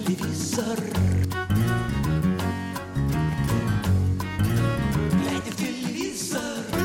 телевизор. Глядя в телевизор.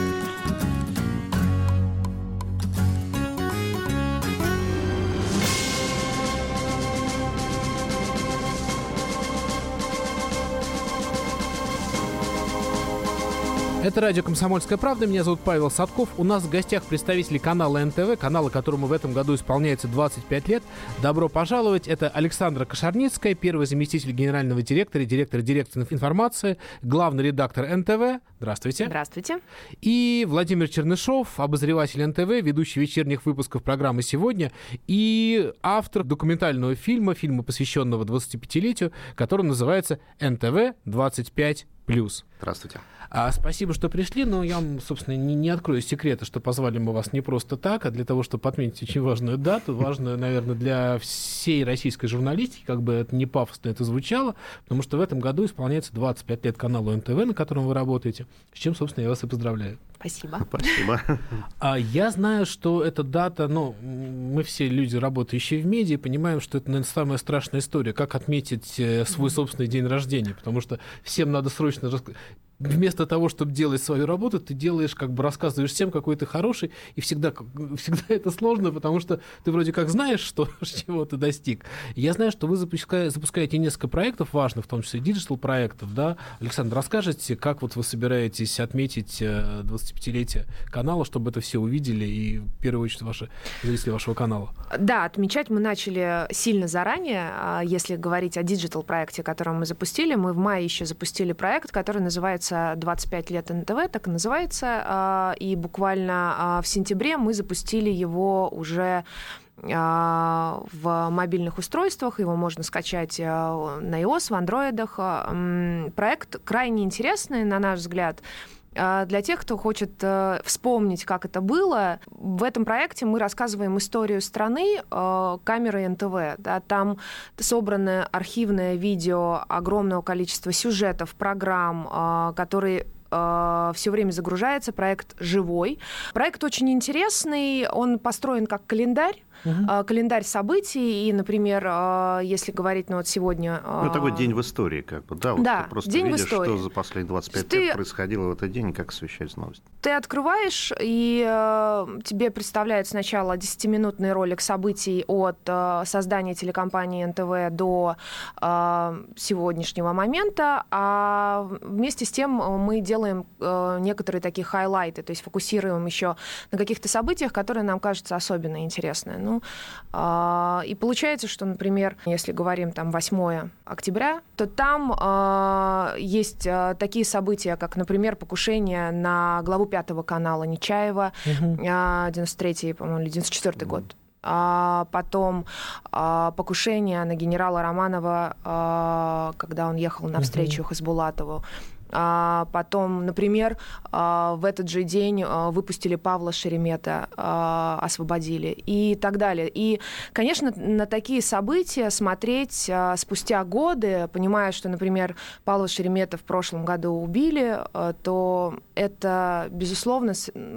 Это радио «Комсомольская правда». Меня зовут Павел Садков. У нас в гостях представители канала НТВ, канала, которому в этом году исполняется 25 лет. Добро пожаловать. Это Александра Кошарницкая, первый заместитель генерального директора, директор дирекции информации, главный редактор НТВ. Здравствуйте. Здравствуйте. И Владимир Чернышов, обозреватель НТВ, ведущий вечерних выпусков программы «Сегодня» и автор документального фильма, посвященного 25-летию, который называется «НТВ 25+.» Здравствуйте. Спасибо, что пришли, но я вам, собственно, не открою секрета, что позвали мы вас не просто так, а для того, чтобы отметить очень важную дату, важную, наверное, для всей российской журналистики, как бы это не пафосно это звучало, потому что в этом году исполняется 25 лет каналу НТВ, на котором вы работаете, с чем, собственно, я вас и поздравляю. Спасибо. Спасибо. Я знаю, что эта дата, мы все люди, работающие в медиа, понимаем, что это, наверное, самая страшная история, как отметить свой собственный день рождения, потому что всем надо срочно вместо того, чтобы делать свою работу, ты делаешь, рассказываешь всем, какой ты хороший, и всегда это сложно, потому что ты вроде как знаешь, чего ты достиг. Я знаю, что вы запускаете несколько проектов важных, в том числе диджитал-проектов, да? Александр, расскажите, как вы собираетесь отметить 25-летие канала, чтобы это все увидели, и в первую очередь зрители вашего канала? Да, отмечать мы начали сильно заранее. Если говорить о диджитал-проекте, который мы запустили, мы в мае еще запустили проект, который называется 25 лет НТВ, так и называется, и буквально в сентябре мы запустили его уже в мобильных устройствах, его можно скачать на iOS, в андроидах. Проект крайне интересный, на наш взгляд. Для тех, кто хочет вспомнить, как это было, в этом проекте мы рассказываем историю страны камерой НТВ. Да, там собрано архивное видео огромного количества сюжетов, программ, которые все время загружается, проект живой. Проект очень интересный, он построен как календарь, календарь событий, и, например, если говорить, сегодня... такой день в истории, да? Да, ты просто день видишь, в истории. что за последние 25 лет происходило в этот день, и как освещались новости. Ты открываешь, и тебе представляют сначала 10-минутный ролик событий от создания телекомпании НТВ до сегодняшнего момента, а вместе с тем мы делаем некоторые такие хайлайты, то есть фокусируем еще на каких-то событиях, которые нам кажутся особенно интересны. И получается, что, например, если говорим 8 октября, то там есть такие события, как, например, покушение на главу 5 канала Нечаева, 93-й, по-моему, или 94-й год. Потом покушение на генерала Романова, когда он ехал навстречу Хасбулатову. Потом, например, в этот же день выпустили Павла Шеремета, освободили и так далее. И, конечно, на такие события смотреть спустя годы, понимая, что, например, Павла Шеремета в прошлом году убили, то это, безусловно,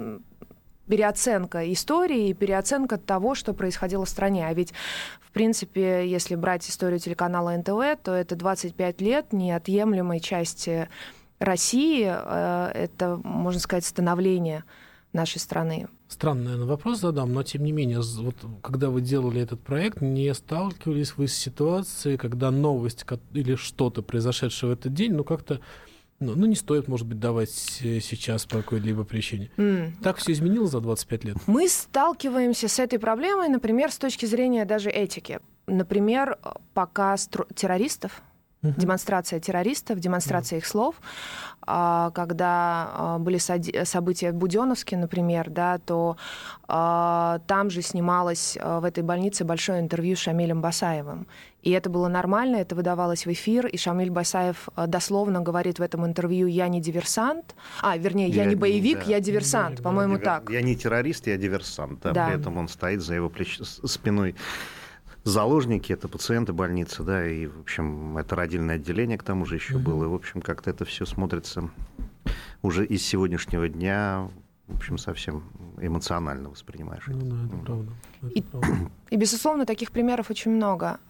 переоценка истории и переоценка того, что происходило в стране. А ведь, в принципе, если брать историю телеканала НТВ, то это 25 лет неотъемлемой части России. Это, можно сказать, становление нашей страны. Странный, наверное, вопрос задам, но, тем не менее, когда вы делали этот проект, не сталкивались вы с ситуацией, когда новость или что-то, произошедшее в этот день, как-то не стоит, может быть, давать сейчас по какой-либо причине. Так все изменилось за 25 лет? Мы сталкиваемся с этой проблемой, например, с точки зрения даже этики. Например, показ террористов, демонстрация террористов, демонстрация их слов. Когда были события в Будённовске, например, да, то там же снималось в этой больнице большое интервью с Шамилем Басаевым. И это было нормально, это выдавалось в эфир, и Шамиль Басаев дословно говорит в этом интервью: «Я не диверсант». Я не боевик, я диверсант, по-моему, так. Я не террорист, я диверсант. Да. При этом он стоит за его спиной. Заложники — это пациенты больницы, да, и, в общем, это родильное отделение, к тому же, еще было. И, в общем, как-то это все смотрится уже из сегодняшнего дня в общем, совсем эмоционально воспринимаешь. Ну да, это правда. И, безусловно, таких примеров очень много,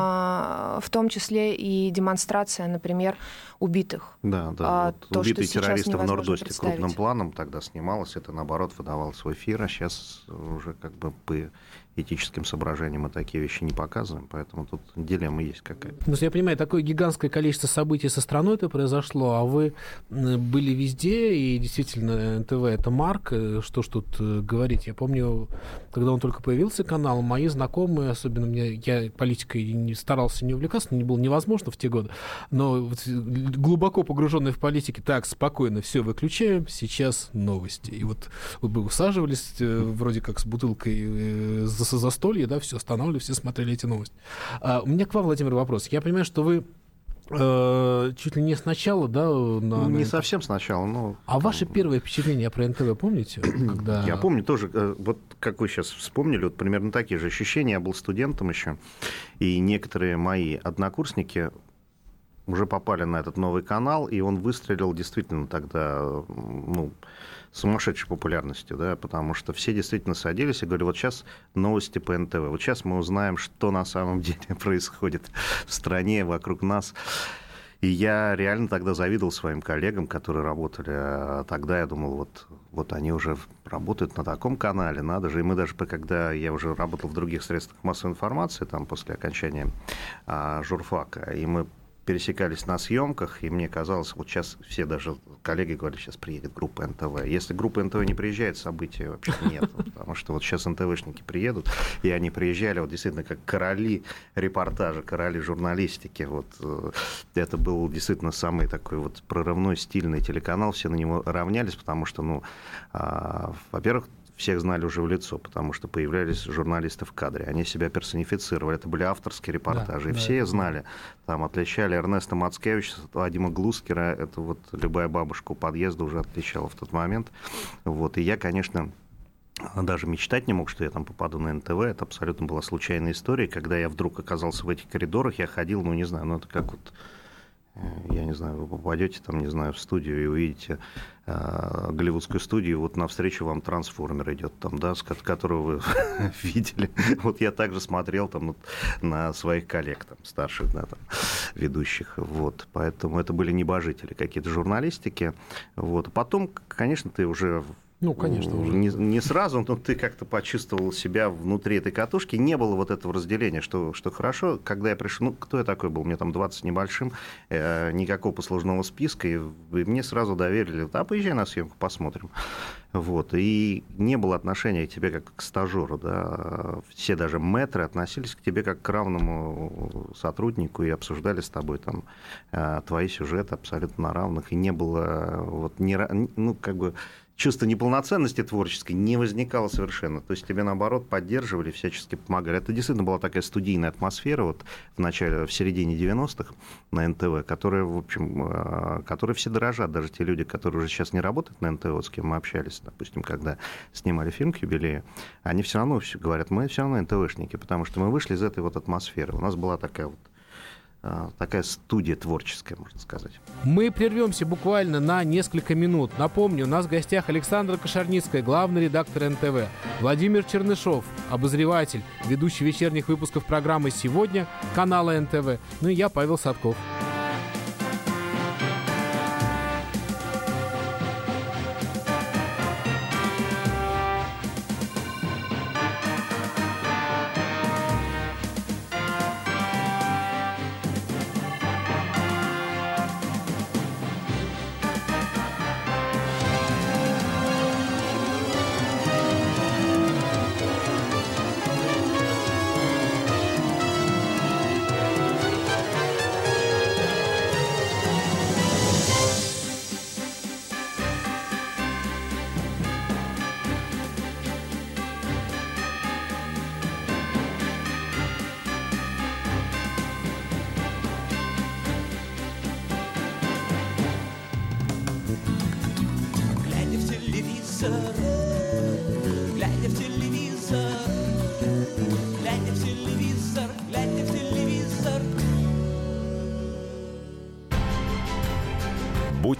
в том числе и демонстрация, например, убитых. Да. Вот убитые террористы в Норд-Осте крупным планом тогда снималось, это, наоборот, выдавалось в эфир, а сейчас уже как бы по этическим соображениям мы такие вещи не показываем, поэтому тут дилемма есть какая-то. Ну, я понимаю, такое гигантское количество событий со страной это произошло, а вы были везде, и действительно НТВ — это марк, что ж тут говорить. Я помню, когда он только появился, канал, мои знакомые, особенно я политикой не старался не увлекаться, не было невозможно в те годы, но глубоко погруженные в политику, так, спокойно, все выключаем, сейчас новости. И вот вы усаживались вроде как с бутылкой за застолье, да, все останавливали, все смотрели эти новости. У меня к вам, Владимир, вопрос. Я понимаю, что вы чуть ли не сначала, да? Не совсем сначала, но... А ваше первое впечатление про НТВ помните? Когда... Я помню тоже, вот как вы сейчас вспомнили, вот примерно такие же ощущения. Я был студентом еще, и некоторые мои однокурсники уже попали на этот новый канал, и он выстрелил действительно тогда, сумасшедшей популярностью, да, потому что все действительно садились и говорили, вот сейчас новости по НТВ, вот сейчас мы узнаем, что на самом деле происходит в стране, вокруг нас. И я реально тогда завидовал своим коллегам, которые работали. А тогда я думал, вот они уже работают на таком канале, надо же. И мы даже, когда я уже работал в других средствах массовой информации, там после окончания журфака, и мы пересекались на съемках, и мне казалось, вот сейчас все даже коллеги говорят, сейчас приедет группа НТВ. Если группа НТВ не приезжает, события вообще нет. Потому что вот сейчас НТВшники приедут, и они приезжали вот действительно как короли репортажа, короли журналистики. Вот это был действительно самый такой вот прорывной, стильный телеканал. Все на него равнялись, потому что, во-первых, всех знали уже в лицо, потому что появлялись журналисты в кадре. Они себя персонифицировали. Это были авторские репортажи. И все знали. Там отличали Эрнеста Мацкевича, Вадима Глускера. Это вот любая бабушка у подъезда уже отличала в тот момент. Вот. И я, конечно, даже мечтать не мог, что я там попаду на НТВ. Это абсолютно была случайная история. Когда я вдруг оказался в этих коридорах, я ходил, это как вот... Я не знаю, вы попадете там, не знаю, в студию и увидите голливудскую студию, вот навстречу вам трансформер идет там, да, которого вы видели. Вот я также смотрел там на своих коллег, там, старших, да, там, ведущих, вот. Поэтому это были небожители какие-то журналистики, вот. Потом, конечно, ты уже... конечно, уже. Не сразу, но ты как-то почувствовал себя внутри этой катушки. Не было вот этого разделения, что хорошо. Когда я пришел, кто я такой был? Мне там 20 с небольшим, никакого послужного списка, и мне сразу доверили, поезжай на съемку, посмотрим. Вот. И не было отношения к тебе как к стажеру. Да. Все даже мэтры относились к тебе как к равному сотруднику и обсуждали с тобой там твои сюжеты абсолютно на равных. И не было чувство неполноценности творческой не возникало совершенно. То есть тебе, наоборот, поддерживали, всячески помогали. Это действительно была такая студийная атмосфера вот в середине 90-х на НТВ, которой все дорожат. Даже те люди, которые уже сейчас не работают на НТВ, с кем мы общались, допустим, когда снимали фильм к юбилею, они все равно говорят, мы все равно НТВшники, потому что мы вышли из этой вот атмосферы. У нас была такая студия творческая, можно сказать. Мы прервемся буквально на несколько минут. Напомню, у нас в гостях Александра Кошарницкая, главный редактор НТВ, Владимир Чернышов, обозреватель, ведущий вечерних выпусков программы «Сегодня» канала НТВ. И я, Павел Садков.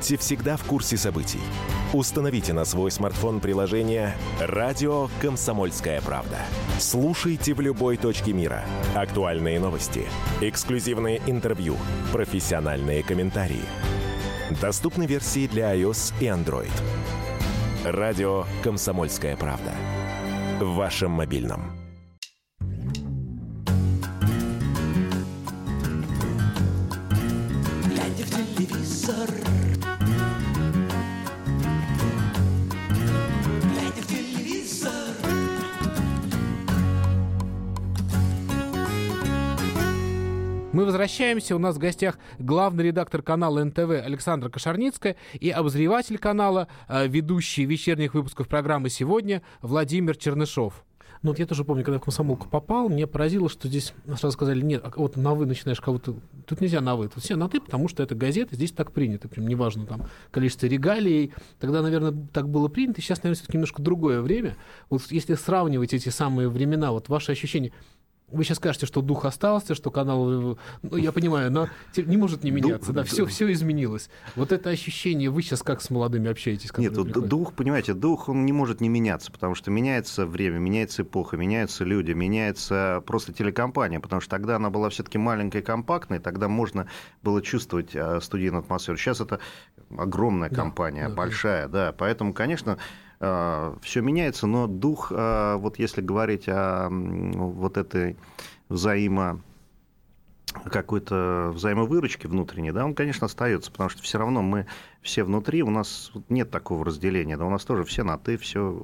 Будьте всегда в курсе событий. Установите на свой смартфон приложение «Радио Комсомольская правда». Слушайте в любой точке мира. Актуальные новости, эксклюзивные интервью, профессиональные комментарии. Доступны версии для iOS и Android. «Радио Комсомольская правда». В вашем мобильном. Глядя в телевизор, глядя в телевизор. Мы возвращаемся. У нас в гостях главный редактор канала НТВ Александра Кошарницкая и обозреватель канала, ведущий вечерних выпусков программы «Сегодня» Владимир Чернышов. Ну вот я тоже помню, когда в «Комсомолку» попал, меня поразило, что здесь сразу сказали, нет, вот на «вы» начинаешь кого-то... Тут нельзя на «вы», тут все на «ты», потому что это газета, здесь так принято. Прям неважно, там, количество регалий. Тогда, наверное, так было принято. Сейчас, наверное, все-таки немножко другое время. Вот если сравнивать эти самые времена, вот ваши ощущения... Вы сейчас скажете, что дух остался, что канал, ну, я понимаю, но не может не меняться, да, все изменилось. Вот это ощущение, вы сейчас как с молодыми общаетесь? Нет, дух, понимаете, дух, он не может не меняться, потому что меняется время, меняется эпоха, меняются люди, меняется просто телекомпания, потому что тогда она была все-таки маленькой, компактной, тогда можно было чувствовать студийную атмосферу. Сейчас это огромная компания, большая, да, поэтому, конечно... Все меняется, но дух, вот если говорить о вот этой какой-то взаимовыручки внутренней, да, он, конечно, остается, потому что все равно мы все внутри, у нас нет такого разделения, да, у нас тоже все на «ты», все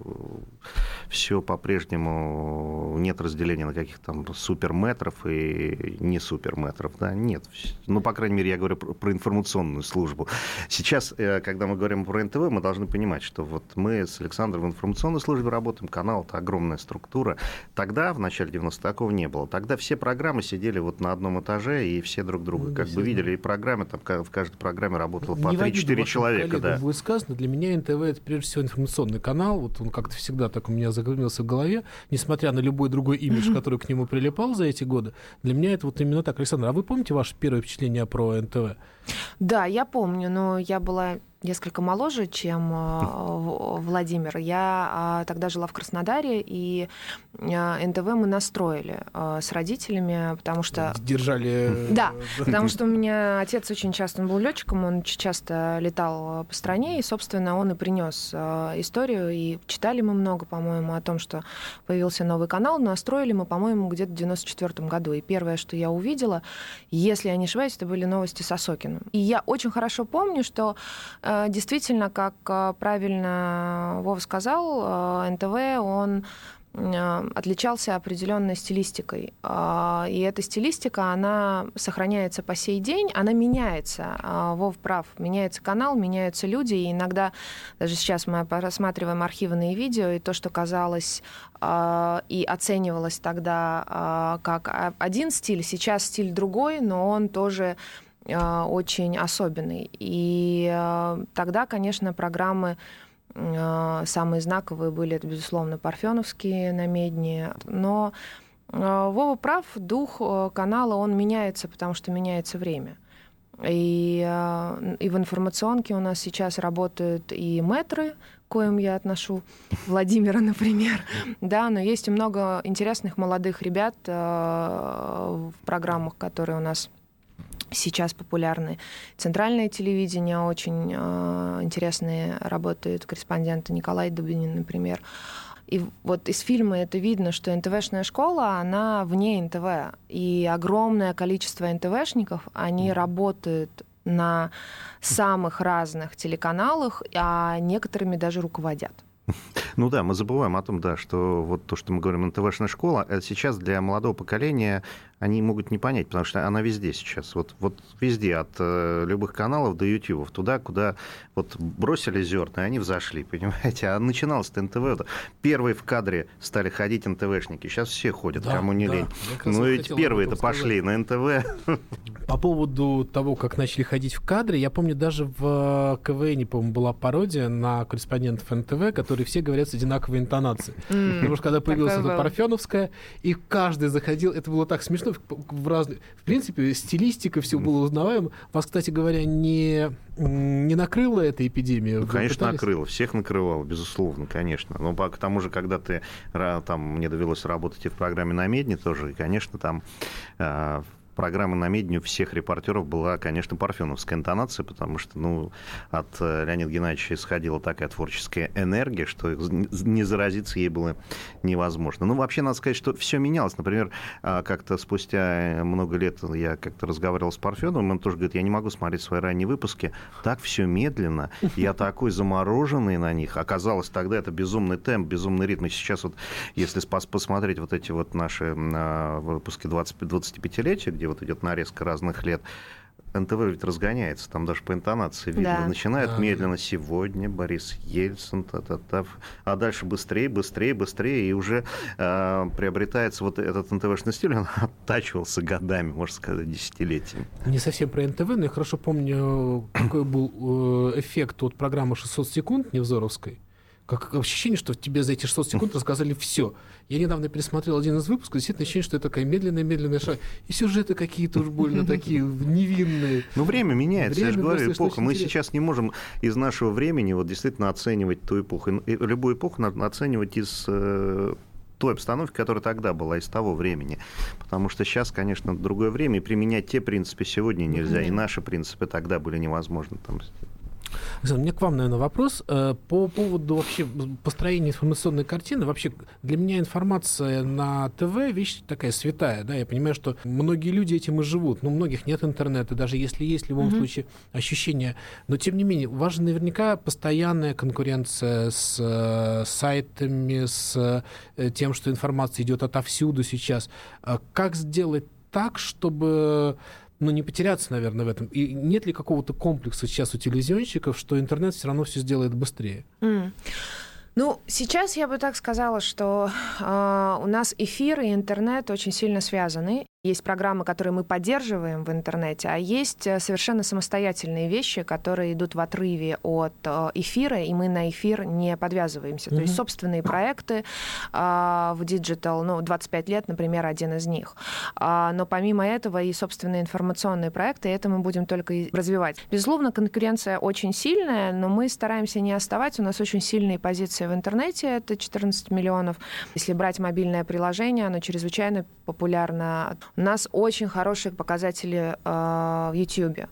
по-прежнему, нет разделения на каких-то там суперметров и не суперметров, да, нет. Ну, по крайней мере, я говорю про информационную службу. Сейчас, когда мы говорим про НТВ, мы должны понимать, что вот мы с Александром в информационной службе работаем, канал — это огромная структура. Тогда, в начале 90-х, такого не было. Тогда все программы сидели вот на одном этаже, и все друг друга как бы видели, и программы, там в каждой программе работало по 3-4 человека. Да. Будет сказано, для меня НТВ — это прежде всего информационный канал, вот он как-то всегда так у меня закрылся в голове, несмотря на любой другой имидж, который к нему прилипал за эти годы, для меня это вот именно так. Александр, а вы помните ваше первое впечатление про НТВ? Да, я помню, но я была несколько моложе, чем Владимир. Я тогда жила в Краснодаре, и НТВ мы настроили с родителями, потому что... Держали... Да, потому что у меня отец очень часто, он был летчиком, он часто летал по стране, и, собственно, он и принес историю, и читали мы много, по-моему, о том, что появился новый канал, настроили мы, по-моему, где-то в 94 году. И первое, что я увидела, если я не ошибаюсь, это были новости с Осокиным. И я очень хорошо помню, что действительно, как правильно Вова сказал, НТВ, он отличался определенной стилистикой. И эта стилистика, она сохраняется по сей день, она меняется. Вов прав, меняется канал, меняются люди, и иногда, даже сейчас мы просматриваем архивные видео, и то, что казалось и оценивалось тогда как один стиль, сейчас стиль другой, но он тоже очень особенный. И тогда, конечно, программы самые знаковые были, это, безусловно, парфеновские на Медне. Но Вова прав, дух канала, он меняется, потому что меняется время. И в информационке у нас сейчас работают и мэтры, к коим я отношу Владимира, например. Да, но есть и много интересных молодых ребят в программах, которые у нас сейчас популярны. Центральное телевидение очень интересные работают, корреспонденты Николай Дубинин, например. И вот из фильма это видно, что НТВшная школа, она вне НТВ. И огромное количество НТВшников, они работают на самых разных телеканалах, а некоторыми даже руководят. Ну да, мы забываем о том, да, что вот то, что мы говорим, НТВшная школа, это сейчас для молодого поколения они могут не понять, потому что она везде сейчас. Вот везде, от любых каналов до ютубов, туда, куда вот бросили зерна, и они взошли, понимаете? А начиналось-то НТВ. Первые в кадре стали ходить НТВшники. Сейчас все ходят, да, кому не лень. Ну ведь первые-то пошли на НТВ. По поводу того, как начали ходить в кадре, я помню, даже в КВН, по-моему, была пародия на корреспондентов НТВ, которые все говорят, повторять одинаковые интонации. Потому что когда появилась эта парфеновская, и каждый заходил, это было так смешно, в принципе, стилистика, все было узнаваемо. Вас, кстати говоря, не накрыла эта эпидемия? Конечно, накрыла. Всех накрывала, безусловно, конечно. Но к тому же, когда мне довелось работать и в программе «На Медне» тоже, и, конечно, там программа «На Медне» у всех репортеров была, конечно, парфеновская интонация, потому что, от Леонида Геннадьевича исходила такая творческая энергия, что не заразиться ей было невозможно. Вообще, надо сказать, что все менялось. Например, как-то спустя много лет я как-то разговаривал с Парфеновым, он тоже говорит, я не могу смотреть свои ранние выпуски, так все медленно, я такой замороженный на них. Оказалось, тогда это безумный темп, безумный ритм. И сейчас если посмотреть эти наши выпуски 25-летия, где идет нарезка разных лет, НТВ ведь разгоняется, там даже по интонации видно. Да. Начинает медленно «Сегодня Борис Ельцин», а дальше быстрее, и уже приобретается этот НТВшный стиль, он оттачивался годами, можно сказать, десятилетиями. Не совсем про НТВ, но я хорошо помню, какой был эффект от программы «600 секунд» Невзоровской. Как ощущение, что тебе за эти 600 секунд рассказали все. Я недавно пересмотрел один из выпусков, действительно ощущение, что это такая медленная шаг. И сюжеты какие-то уж больно такие невинные. Время меняется, я же говорю, эпоха. Мы сейчас не можем из нашего времени действительно оценивать ту эпоху. И любую эпоху надо оценивать из той обстановки, которая тогда была, из того времени. Потому что сейчас, конечно, другое время, и применять те принципы сегодня нельзя. И наши принципы тогда были невозможны. Александр, у меня к вам, наверное, вопрос по поводу вообще построения информационной картины. Вообще, для меня информация на ТВ вещь такая святая, да, я понимаю, что многие люди этим и живут, но у многих нет интернета, даже если есть в любом случае ощущение, но тем не менее, у вас же наверняка постоянная конкуренция с сайтами, с тем, что информация идет отовсюду сейчас. Как сделать так, чтобы не потеряться, наверное, в этом? И нет ли какого-то комплекса сейчас у телевизионщиков, что интернет все равно все сделает быстрее? Сейчас я бы так сказала, что у нас эфир и интернет очень сильно связаны. Есть программы, которые мы поддерживаем в интернете, а есть совершенно самостоятельные вещи, которые идут в отрыве от эфира, и мы на эфир не подвязываемся. То есть собственные проекты в диджитал, 25 лет, например, один из них. Но помимо этого и собственные информационные проекты, это мы будем только развивать. Безусловно, конкуренция очень сильная, но мы стараемся не отставать. У нас очень сильные позиции в интернете, это 14 миллионов. Если брать мобильное приложение, оно чрезвычайно популярно. У нас очень хорошие показатели в YouTube.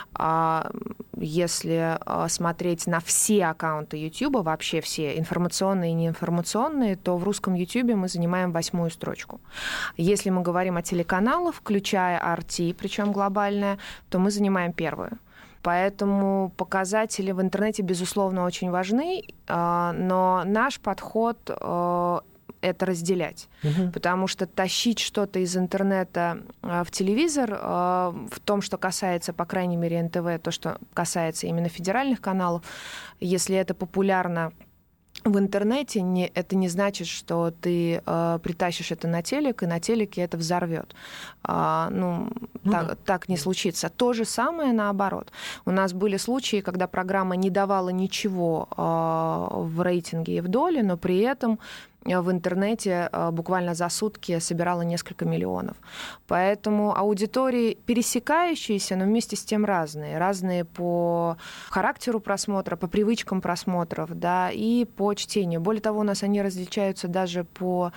Если смотреть на все аккаунты YouTube, вообще все, информационные и неинформационные, то в русском YouTube мы занимаем 8-ю строчку. Если мы говорим о телеканалах, включая RT, причем глобальное, то мы занимаем 1-ю. Поэтому показатели в интернете, безусловно, очень важны, но наш подход это разделять. Потому что тащить что-то из интернета в телевизор, в том, что касается, по крайней мере, НТВ, то, что касается именно федеральных каналов, если это популярно в интернете, это не значит, что ты притащишь это на телек, и на телеке это взорвет. Так не случится. То же самое наоборот. У нас были случаи, когда программа не давала ничего в рейтинге и в доле, но при этом в интернете буквально за сутки собирала несколько миллионов. Поэтому аудитории пересекающиеся, но вместе с тем разные. Разные по характеру просмотра, по привычкам просмотров, да, и по чтению. Более того, у нас они различаются даже по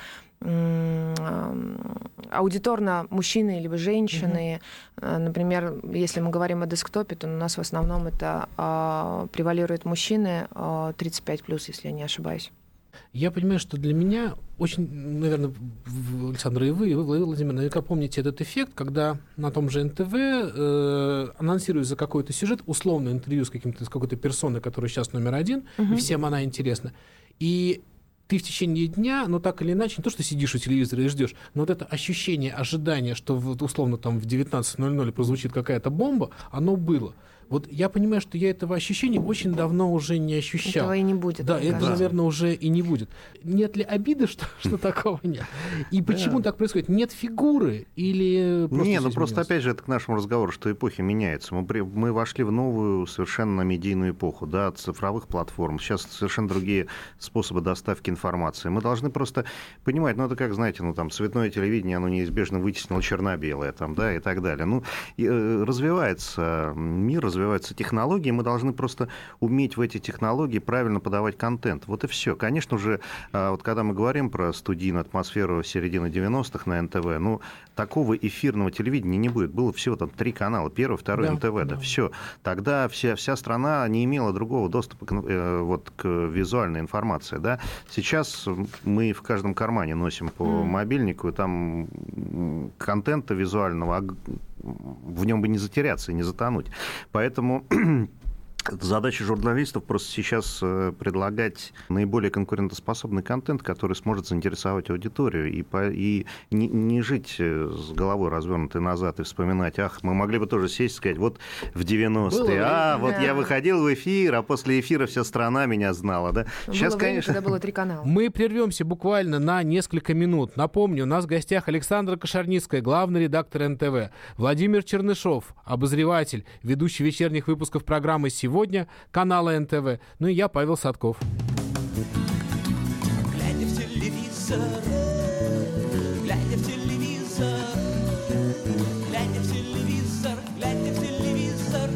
аудиторно мужчины либо женщины. Например, если мы говорим о десктопе, то у нас в основном это превалируют мужчины 35+, если я не ошибаюсь. Я понимаю, что для меня очень, наверное, Александр, и вы, Владимир, наверняка помните этот эффект, когда на том же НТВ анонсируют за какой-то сюжет, условно интервью с какой-то персоной, которая сейчас номер 1, и всем она интересна. И ты в течение дня, так или иначе, не то, что сидишь у телевизора и ждешь, но это ощущение, ожидание, что условно там в 19:00 прозвучит какая-то бомба, оно было. Вот я понимаю, что я этого ощущения очень давно уже не ощущал. Этого и не будет. Да, это, кажется. наверное, уже и не будет. Нет ли обиды, что такого нет? И почему так происходит? Нет фигуры или просто Не, всё просто изменилось? опять же это к нашему разговору, что эпохи меняются. Мы вошли в новую совершенно медийную эпоху, да, от цифровых платформ. Сейчас совершенно другие способы доставки информации. Мы должны просто понимать, это как, знаете, там цветное телевидение, оно неизбежно вытеснило черно-белое, там, да, и так далее. Развивается мир, развиваются технологии, мы должны просто уметь в эти технологии правильно подавать контент. Вот и все. Конечно же, вот когда мы говорим про студийную атмосферу середины 90-х на НТВ, такого эфирного телевидения не будет. Было всего там 3 канала, первый, второй, НТВ, да, все. Тогда вся страна не имела другого доступа к визуальной информации, да. Сейчас мы в каждом кармане носим по мобильнику, и там контента визуального, в нем бы не затеряться и не затонуть. Поэтому задача журналистов просто сейчас предлагать наиболее конкурентоспособный контент, который сможет заинтересовать аудиторию, и не жить с головой развернутой назад и вспоминать, мы могли бы тоже сесть и сказать, вот в 90-е, я выходил в эфир, а после эфира вся страна меня знала. Да? Сейчас, было время, когда было 3 канала. Мы прервемся буквально на несколько минут. Напомню, у нас в гостях Александра Кошарницкая, главный редактор НТВ, Владимир Чернышов, обозреватель, ведущий вечерних выпусков программы «Сегодня», канала НТВ. Ну и я, Павел Садков. Глядя в телевизор, глядя в телевизор, глядя в телевизор, глядя в телевизор.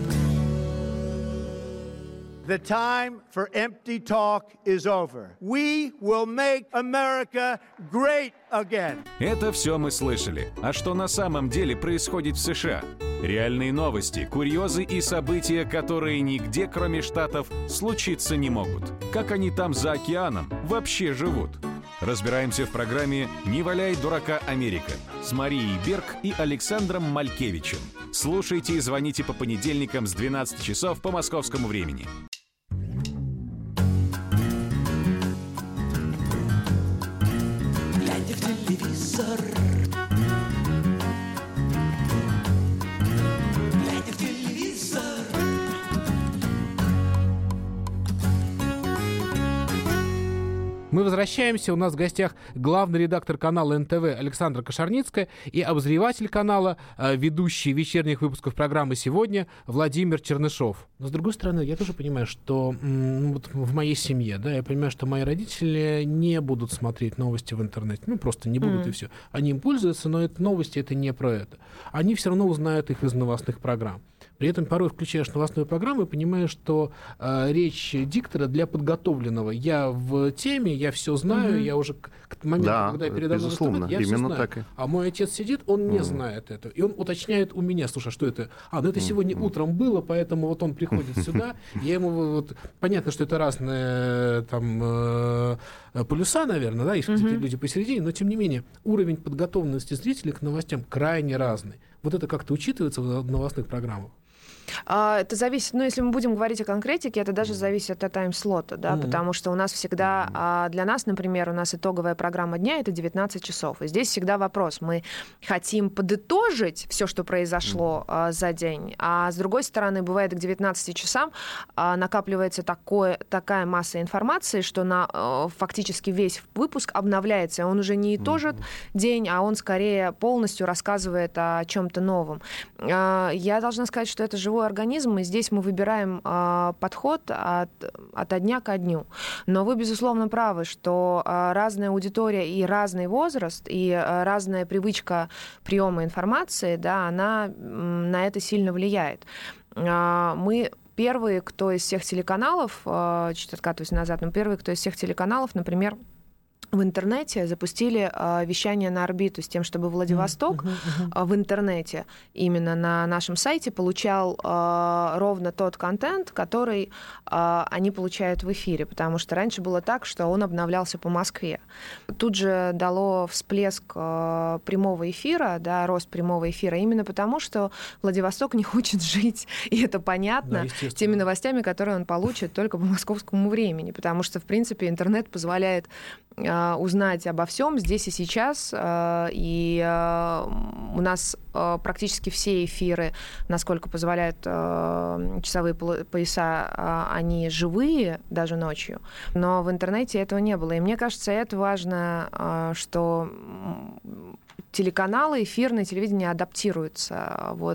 The time for empty talk is over. We will make America great again. Это все мы слышали. А что на самом деле происходит в США? Реальные новости, курьезы и события, которые нигде, кроме Штатов, случиться не могут. Как они там за океаном вообще живут? Разбираемся в программе «Не валяй дурака, Америка» с Марией Берг и Александром Малькевичем. Слушайте и звоните по понедельникам с 12 часов по московскому времени. Глядя в телевизор, глядя в телевизор. Мы возвращаемся. У нас в гостях главный редактор канала НТВ Александра Кошарницкая и обозреватель канала, ведущий вечерних выпусков программы «Сегодня» Владимир Чернышов. Но, с другой стороны, я тоже понимаю, что вот в моей семье, да, я понимаю, что мои родители не будут смотреть новости в интернете. Просто не будут, и все. Они им пользуются, но новости это не про это. Они все равно узнают их из новостных программ. При этом порой включаешь новостную программу и понимаешь, что речь диктора для подготовленного. Я в теме, я все знаю, я уже к моменту, когда я передо мной выступаю, я все знаю. Так. А мой отец сидит, он не знает этого. И он уточняет у меня, слушай, что это? Это сегодня утром было, поэтому вот он приходит сюда. Я ему понятно, что это разные там полюса, наверное, да, есть люди посередине, но тем не менее уровень подготовленности зрителей к новостям крайне разный. Вот это как-то учитывается в новостных программах? Это зависит, если мы будем говорить о конкретике, это даже зависит от тайм-слота, да, потому что у нас всегда, для нас, например, у нас итоговая программа дня — это 19 часов. И здесь всегда вопрос. Мы хотим подытожить все, что произошло за день, а с другой стороны, бывает, к 19 часам накапливается такая масса информации, что фактически весь выпуск обновляется. Он уже не итожит день, а он скорее полностью рассказывает о чем-то новом. Я должна сказать, что это живой организм, и здесь мы выбираем подход от дня ко дню. Но вы, безусловно, правы, что разная аудитория и разный возраст, и разная привычка приема информации, да, она на это сильно влияет. Мы первые, кто из всех телеканалов, чуть откатываюсь назад, но первые, кто из всех телеканалов, например, в интернете запустили вещание на орбиту с тем, чтобы Владивосток в интернете, именно на нашем сайте, получал ровно тот контент, который они получают в эфире, потому что раньше было так, что он обновлялся по Москве. Тут же дало всплеск прямого эфира, да, рост прямого эфира, именно потому, что Владивосток не хочет жить, и это понятно, теми новостями, которые он получит только по московскому времени, потому что, в принципе, интернет позволяет узнать обо всем здесь и сейчас. И у нас практически все эфиры, насколько позволяют часовые пояса, они живые даже ночью. Но в интернете этого не было. И мне кажется, это важно, что телеканалы, эфирное телевидение адаптируются. Вот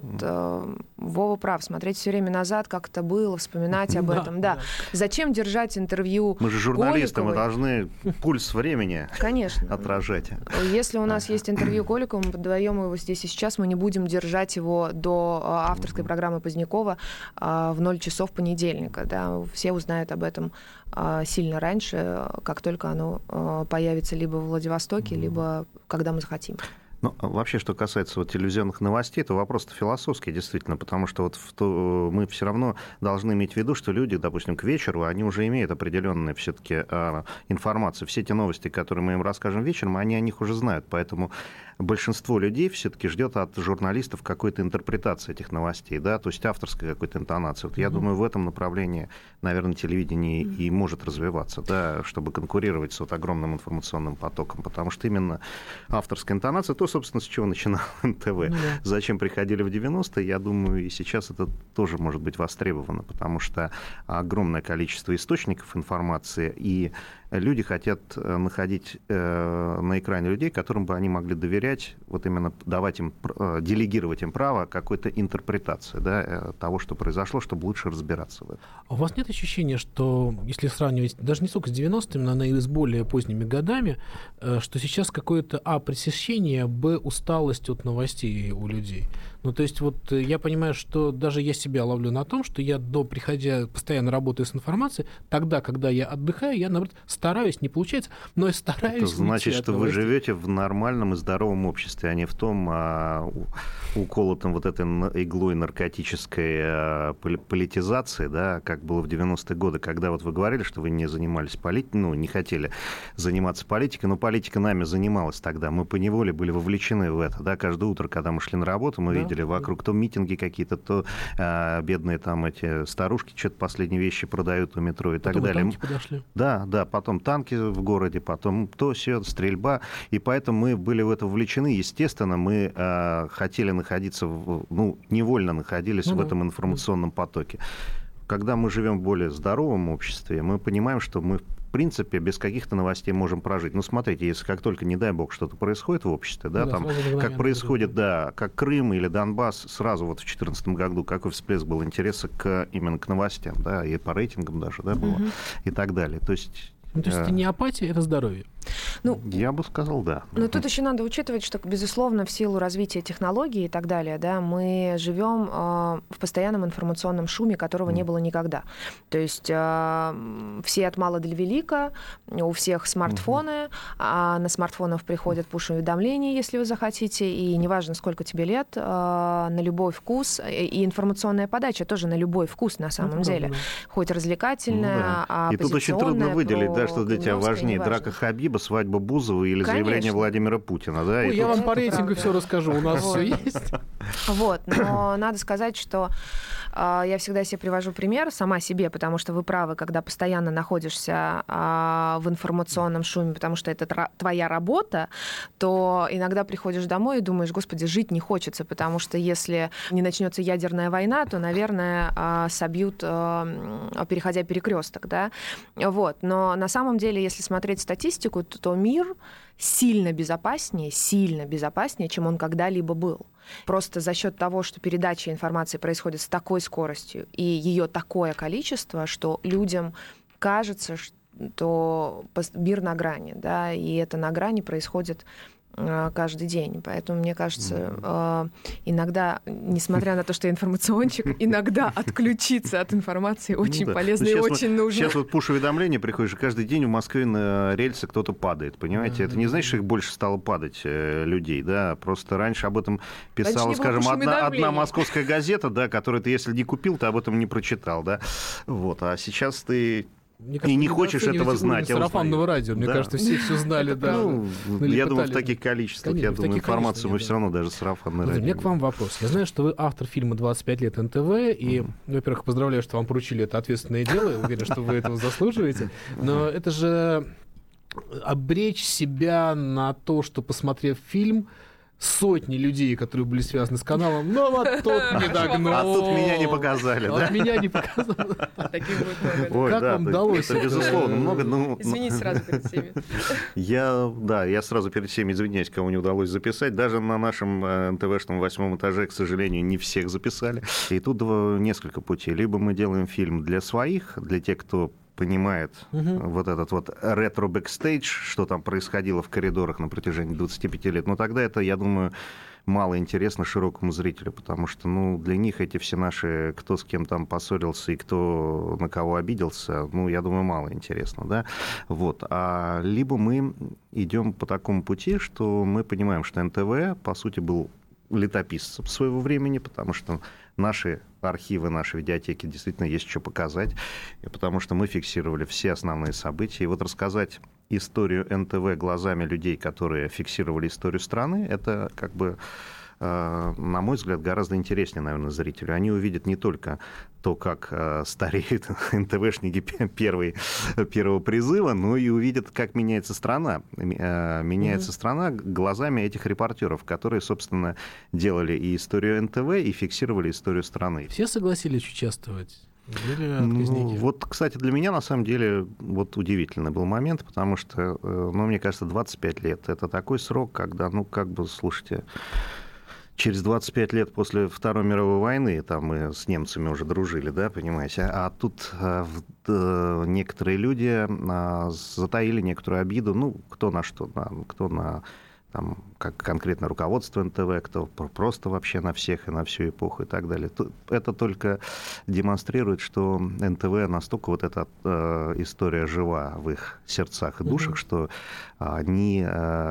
Вова прав, смотреть все время назад, как это было, вспоминать об этом. Да. Зачем держать интервью? Мы же журналисты, мы Голиковой? должны пульс времени отражать. Если у нас есть интервью Голикова, мы подаем его здесь и сейчас, мы не будем держать его до авторской программы Позднякова в 0 часов понедельника. Да? Все узнают об этом сильно раньше, как только оно появится либо в Владивостоке, либо когда мы захотим. Ну, вообще, что касается вот телевизионных новостей, то вопрос-то философский, действительно, потому что вот мы все равно должны иметь в виду, что люди, допустим, к вечеру, они уже имеют определенную все-таки информацию. Все те новости, которые мы им расскажем вечером, они о них уже знают, поэтому большинство людей все-таки ждет от журналистов какой-то интерпретации этих новостей, да, то есть авторской какой-то интонации. Вот я думаю, в этом направлении, наверное, телевидение и может развиваться, да, чтобы конкурировать с вот огромным информационным потоком, потому что именно авторская интонация, то, собственно, с чего начинал НТВ. Зачем приходили в 90-е, я думаю, и сейчас это тоже может быть востребовано, потому что огромное количество источников информации, и люди хотят находить на экране людей, которым бы они могли доверять, вот именно давать им, делегировать им право какой-то интерпретации, да, того, что произошло, чтобы лучше разбираться в этом. А у вас нет ощущения, что, если сравнивать даже не столько с 90-ми, но и с более поздними годами, что сейчас какое-то, пресыщение, усталость от новостей у людей? Ну, то есть вот я понимаю, что даже я себя ловлю на том, что я, приходя, постоянно работаю с информацией, тогда, когда я отдыхаю, я, наоборот, стараюсь, не получается, но я стараюсь. Это значит, что вы живете в нормальном и здоровом обществе, а не в том уколотом вот этой иглой наркотической политизации, да, как было в 90-е годы, когда вот вы говорили, что вы не занимались политикой, не хотели заниматься политикой, но политика нами занималась тогда. Мы поневоле были вовлечены в это, да, каждое утро, когда мы шли на работу, мы видели вокруг то митинги какие-то, то бедные там эти старушки что-то последние вещи продают у метро и так далее. Танки подошли. Да, потом танки в городе, потом то сё, стрельба, и поэтому мы были в это вовлечены. Естественно, мы хотели находиться, невольно находились в этом информационном потоке. Когда мы живем в более здоровом обществе, мы понимаем, что мы, в принципе, без каких-то новостей можем прожить. Смотрите, если как только, не дай бог, что-то происходит в обществе, да, там, как происходит, как Крым или Донбасс, сразу вот в 2014 году какой всплеск был интереса именно к новостям, да, и по рейтингам даже, да, было, и так далее. То есть это не апатия, это здоровье. Я бы сказал, да. Но тут еще надо учитывать, что, безусловно, в силу развития технологий и так далее, да, мы живем в постоянном информационном шуме, которого не было никогда. То есть все от мала до велика, у всех смартфоны, а на смартфонах приходят пуш-уведомления, если вы захотите, и неважно, сколько тебе лет, на любой вкус, и информационная подача тоже на любой вкус, на самом деле. Хоть развлекательная, оппозиционная. И тут очень трудно выделить, да, что для тебя важнее, драка Хабиба, свадьба Бузова или заявление Владимира Путина. Да? Я вам по рейтингу все расскажу, у нас все есть. Но надо сказать, что я всегда себе привожу пример, сама себе, потому что вы правы, когда постоянно находишься в информационном шуме, потому что это твоя работа, то иногда приходишь домой и думаешь, господи, жить не хочется, потому что если не начнется ядерная война, то, наверное, собьют, переходя перекресток, да. Но на самом деле, если смотреть статистику, то мир сильно безопаснее, чем он когда-либо был. Просто за счет того, что передача информации происходит с такой скоростью и ее такое количество, что людям кажется, что мир на грани, да, и это на грани происходит каждый день. Поэтому, мне кажется, иногда, несмотря на то, что я информационщик, иногда отключиться от информации очень полезно и очень нужно. Сейчас вот пуш-уведомления приходишь, и каждый день в Москве на рельсы кто-то падает, понимаете? Это не значит, что их больше стало падать людей, да? Просто раньше об этом писала, скажем, одна московская газета, да, которую ты, если не купил, ты об этом не прочитал, да? А сейчас ты... и не хочешь этого знать. Сарафанного радио, мне кажется, все знали. Я думаю, в таких количествах. Я думаю, информацию мы все равно даже сарафанное радио. У меня к вам вопрос. Я знаю, что вы автор фильма «25 лет НТВ», и, во-первых, поздравляю, что вам поручили это ответственное дело, уверен, что вы этого заслуживаете, но это же обречь себя на то, что, посмотрев фильм, сотни людей, которые были связаны с каналом, но вот тут не догнул. А тут меня не показали, Вот да? меня не показали. Таких будет много. Ой, Как да, вам удалось это, это? безусловно, много. Извините сразу перед всеми. Я сразу перед всеми извиняюсь, кого не удалось записать. Даже на нашем НТВшном 8 этаже, к сожалению, не всех записали. И тут несколько путей. Либо мы делаем фильм для своих, для тех, кто понимает вот этот вот ретро-бэкстейдж, что там происходило в коридорах на протяжении 25 лет. Но тогда это, я думаю, мало интересно широкому зрителю, потому что, для них эти все наши, кто с кем там поссорился и кто на кого обиделся, я думаю, мало интересно, да. Вот. Либо мы идем по такому пути, что мы понимаем, что НТВ, по сути, был летописцем своего времени, потому что наши архивы, наши видеотеки действительно есть что показать, потому что мы фиксировали все основные события. И вот рассказать историю НТВ глазами людей, которые фиксировали историю страны, это на мой взгляд, гораздо интереснее, наверное, зрителю. Они увидят не только то, как стареют НТВшники первого призыва, но и увидят, как меняется страна. Меняется страна глазами этих репортеров, которые, собственно, делали и историю НТВ, и фиксировали историю страны. Все согласились участвовать? Были отказники? Вот, кстати, для меня, на самом деле, удивительный был момент, потому что, мне кажется, 25 лет — это такой срок, когда, слушайте, через 25 лет после Второй мировой войны, там мы с немцами уже дружили, да, понимаете, а тут некоторые люди затаили некоторую обиду, кто на что, кто на как конкретно руководство НТВ, кто просто вообще на всех и на всю эпоху и так далее. Это только демонстрирует, что НТВ настолько эта история жива в их сердцах и душах, что они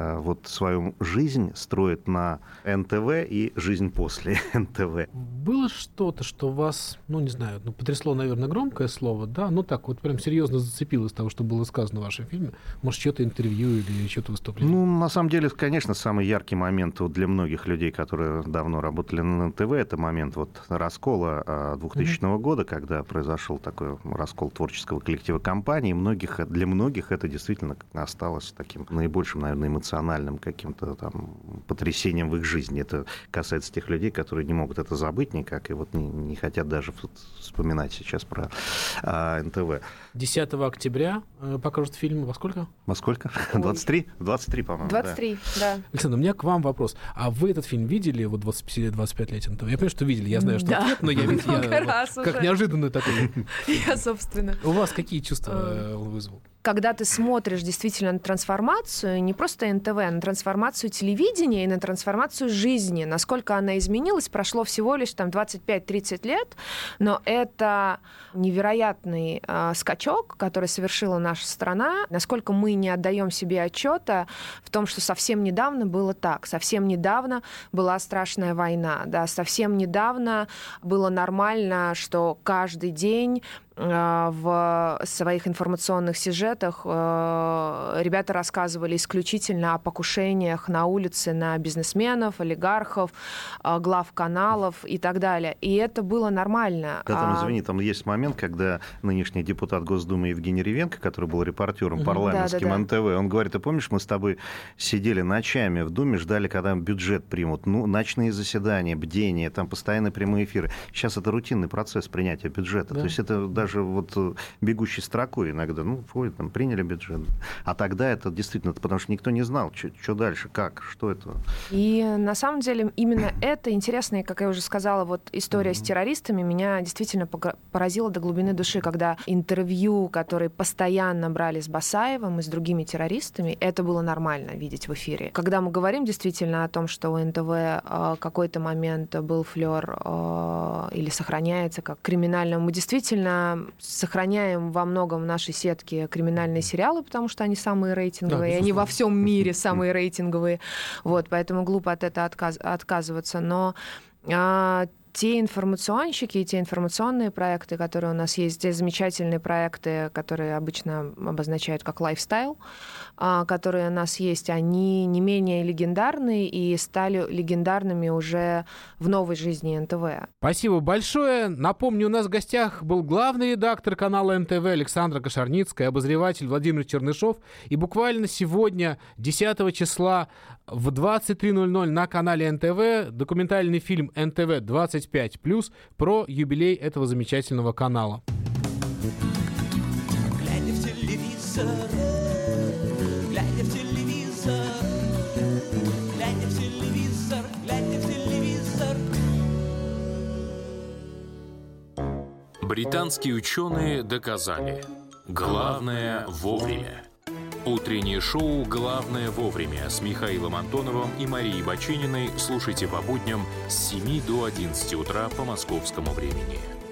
свою жизнь строят на НТВ и жизнь после НТВ. Было что-то, что вас, потрясло, наверное, громкое слово, да, прям серьезно зацепило из того, что было сказано в вашем фильме? Может, что-то интервью или что-то выступление? На самом деле, конечно, самый яркий момент для многих людей, которые давно работали на НТВ, это момент раскола 2000 года, когда произошел такой раскол творческого коллектива компании. Для многих это действительно осталось таким наибольшим, наверное, эмоциональным каким-то потрясением в их жизни. Это касается тех людей, которые не могут это забыть никак и не хотят даже вспоминать сейчас про НТВ. 10 октября покажут фильм во сколько? Во сколько? 23? 23, по-моему. 23, да. Александр, у меня к вам вопрос. А вы этот фильм видели, 25 лет НТВ? Я понимаю, что видели, я знаю, что нет, но я видел, как неожиданный такой. Я, собственно. У вас какие чувства он вызвал? Когда ты смотришь действительно на трансформацию, не просто НТВ, а на трансформацию телевидения и на трансформацию жизни, насколько она изменилась, прошло всего лишь 25-30 лет, но это невероятный скачок, который совершила наша страна, насколько мы не отдаем себе отчета в том, что совсем недавно было так, совсем недавно была страшная война, да, совсем недавно было нормально, что каждый день в своих информационных сюжетах ребята рассказывали исключительно о покушениях на улице на бизнесменов, олигархов, глав каналов и так далее. И это было нормально. Да, извини, там есть момент, когда нынешний депутат Госдумы Евгений Ревенко, который был репортером парламентским НТВ, он говорит: ты помнишь, мы с тобой сидели ночами в Думе, ждали, когда бюджет примут, ночные заседания, бдения, там постоянно прямые эфиры. Сейчас это рутинный процесс принятия бюджета. Да. То есть это даже бегущей строкой иногда, приняли бюджет. А тогда это действительно, потому что никто не знал, что дальше, как, что это. И на самом деле именно это интересная, как я уже сказала, история с террористами меня действительно поразила до глубины души, когда интервью, которые постоянно брали с Басаевым и с другими террористами, это было нормально видеть в эфире. Когда мы говорим действительно о том, что у НТВ какой-то момент был флёр или сохраняется как криминальный, мы действительно сохраняем во многом в нашей сетке криминальные сериалы, потому что они самые рейтинговые, они во всем мире самые рейтинговые. Поэтому глупо от этого отказываться. Но те информационщики и те информационные проекты, которые у нас есть, те замечательные проекты, которые обычно обозначают как лайфстайл, которые у нас есть, они не менее легендарны и стали легендарными уже в новой жизни НТВ. Спасибо большое. Напомню, у нас в гостях был главный редактор канала НТВ Александра Кошарницкая, обозреватель Владимир Чернышов. И буквально сегодня, 10 числа, в 23:00 на канале НТВ документальный фильм «НТВ 25+» про юбилей этого замечательного канала. Глядя в телевизор, глядя в телевизор, глядя в телевизор, глядя в телевизор. Британские ученые доказали: главное вовремя. Утреннее шоу «Главное вовремя» с Михаилом Антоновым и Марией Бачининой слушайте по будням с 7 до 11 утра по московскому времени.